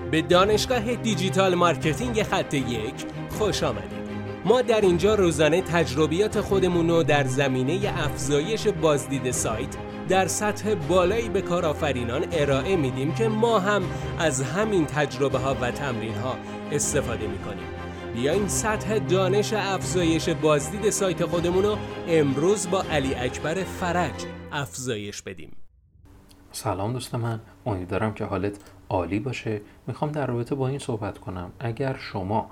به دانشگاه دیجیتال مارکتینگ خط 1 خوش آمدید. ما در اینجا روزانه تجربیات خودمون رو در زمینه افزایش بازدید سایت در سطح بالایی به کارآفرینان ارائه میدیم که ما هم از همین تجربه ها و تمرین ها استفاده میکنیم. بیاین سطح دانش افزایش بازدید سایت خودمون رو امروز با علی اکبر فرج افزایش بدیم. سلام دوست من، امیدوارم که حالت عالی باشه. میخوام در رابطه با این صحبت کنم. اگر شما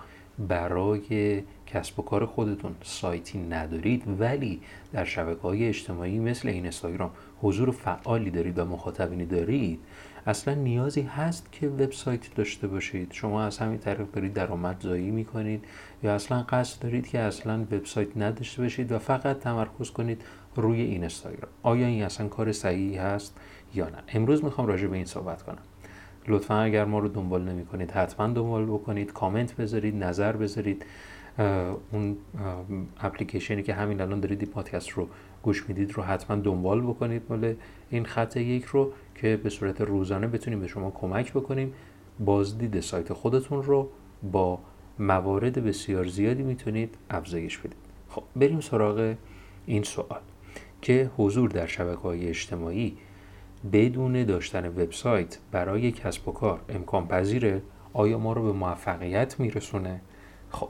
برای کسب و کار خودتون سایتی ندارید ولی در شبکه‌های اجتماعی مثل اینستاگرام حضور فعالی دارید و مخاطبینی دارید، اصلا نیازی هست که وبسایت داشته باشید؟ شما از همین طریق دارید درآمدزایی میکنید یا اصلا قصد دارید که اصلا وبسایت نداشته باشید و فقط تمرکز کنید روی اینستاگرام؟ آیا این اصلا کار صحیحی هست یا نه؟ امروز میخوام راجع به این صحبت کنم. لطفا اگر ما رو دنبال نمی کنید حتما دنبال بکنید، کامنت بذارید، نظر بذارید. اون اپلیکیشنی که همین الان دارید این پادکست رو گوش میدید رو حتما دنبال بکنید، مال این خط 1 رو، که به صورت روزانه بتونیم به شما کمک بکنیم بازدید سایت خودتون رو با موارد بسیار زیادی میتونید افزایش بدید. خب بریم سراغ این سوال که حضور در شبکه‌های اجتماعی بدون داشتن وبسایت برای کسب و کار امکان پذیره؟ آیا ما رو به موفقیت میرسونه؟ خب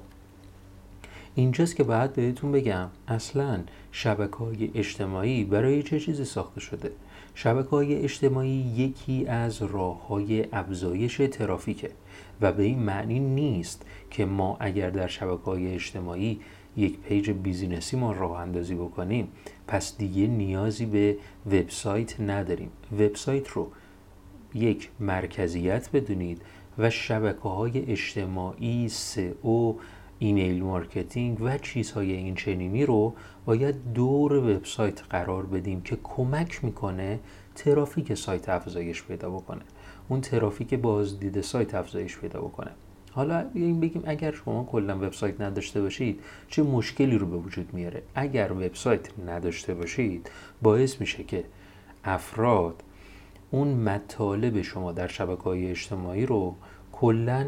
اینجاست که باید بهتون بگم اصلا شبکه‌های اجتماعی برای چه چیزی ساخته شده. شبکه‌های اجتماعی یکی از راه‌های افزایش ترافیکه و به این معنی نیست که ما اگر در شبکه‌های اجتماعی یک پیج بیزینسی ما راه اندازی بکنیم پس دیگه نیازی به وبسایت نداریم. وبسایت رو یک مرکزیت بدونید و شبکه‌های اجتماعی، SEO، ایمیل مارکتینگ و چیزهای این چنینی رو باید دور وبسایت قرار بدیم که کمک میکنه ترافیک سایت افزایش پیدا بکنه، اون ترافیک بازدید سایت افزایش پیدا بکنه. حالا بگیم اگر شما کلا وبسایت نداشته باشید چه مشکلی رو به وجود میاره؟ اگر وبسایت نداشته باشید باعث میشه که افراد اون مطالب شما در شبکه‌های اجتماعی رو کلا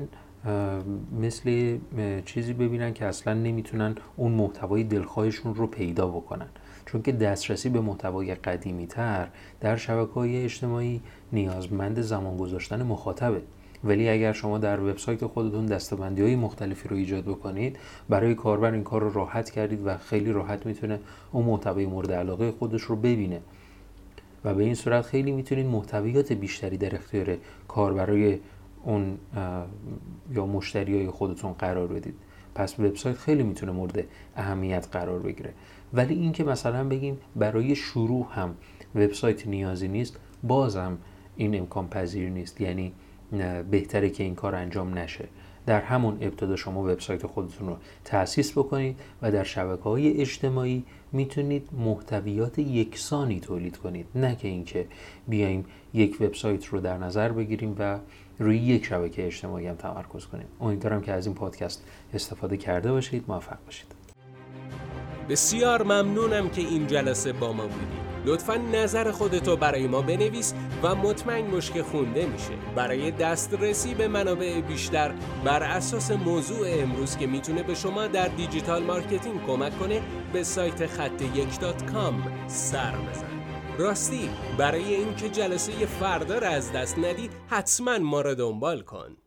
مثل چیزی ببینن که اصلا نمیتونن اون محتوای دلخواهشون رو پیدا بکنن، چون که دسترسی به محتوای قدیمی تر در شبکه‌های اجتماعی نیازمند زمان گذاشتن مخاطبه. ولی اگر شما در وبسایت خودتون دسته‌بندی‌های مختلفی رو ایجاد بکنید، برای کاربر این کار رو راحت کردید و خیلی راحت میتونه اون محتوای مورد علاقه خودش رو ببینه و به این صورت خیلی میتونید محتویات بیشتری در اختیار کاربرای اون یا مشتریای خودتون قرار بدید. پس وبسایت خیلی میتونه مورد اهمیت قرار بگیره. ولی این که مثلا بگیم برای شروع هم وبسایت نیازی نیست، بازم این امکان پذیر نیست. یعنی بهتره که این کار انجام نشه. در همون ابتدا شما وبسایت خودتون رو تأسیس بکنید و در شبکه‌های اجتماعی میتونید محتویات یکسانی تولید کنید، نه که اینکه بیایم یک وبسایت رو در نظر بگیریم و روی یک شبکه اجتماعی هم تمرکز کنیم. امیدوارم که از این پادکست استفاده کرده باشید. موفق باشید. بسیار ممنونم که این جلسه با ما بودید. لطفاً نظر خودتو برای ما بنویس و مطمئن باش که خونده میشه. برای دسترسی به منابع بیشتر بر اساس موضوع امروز که میتونه به شما در دیجیتال مارکتینگ کمک کنه به سایت خط1.com سر بزن. راستی برای اینکه جلسه فردا رو از دست ندی حتماً ما رو دنبال کن.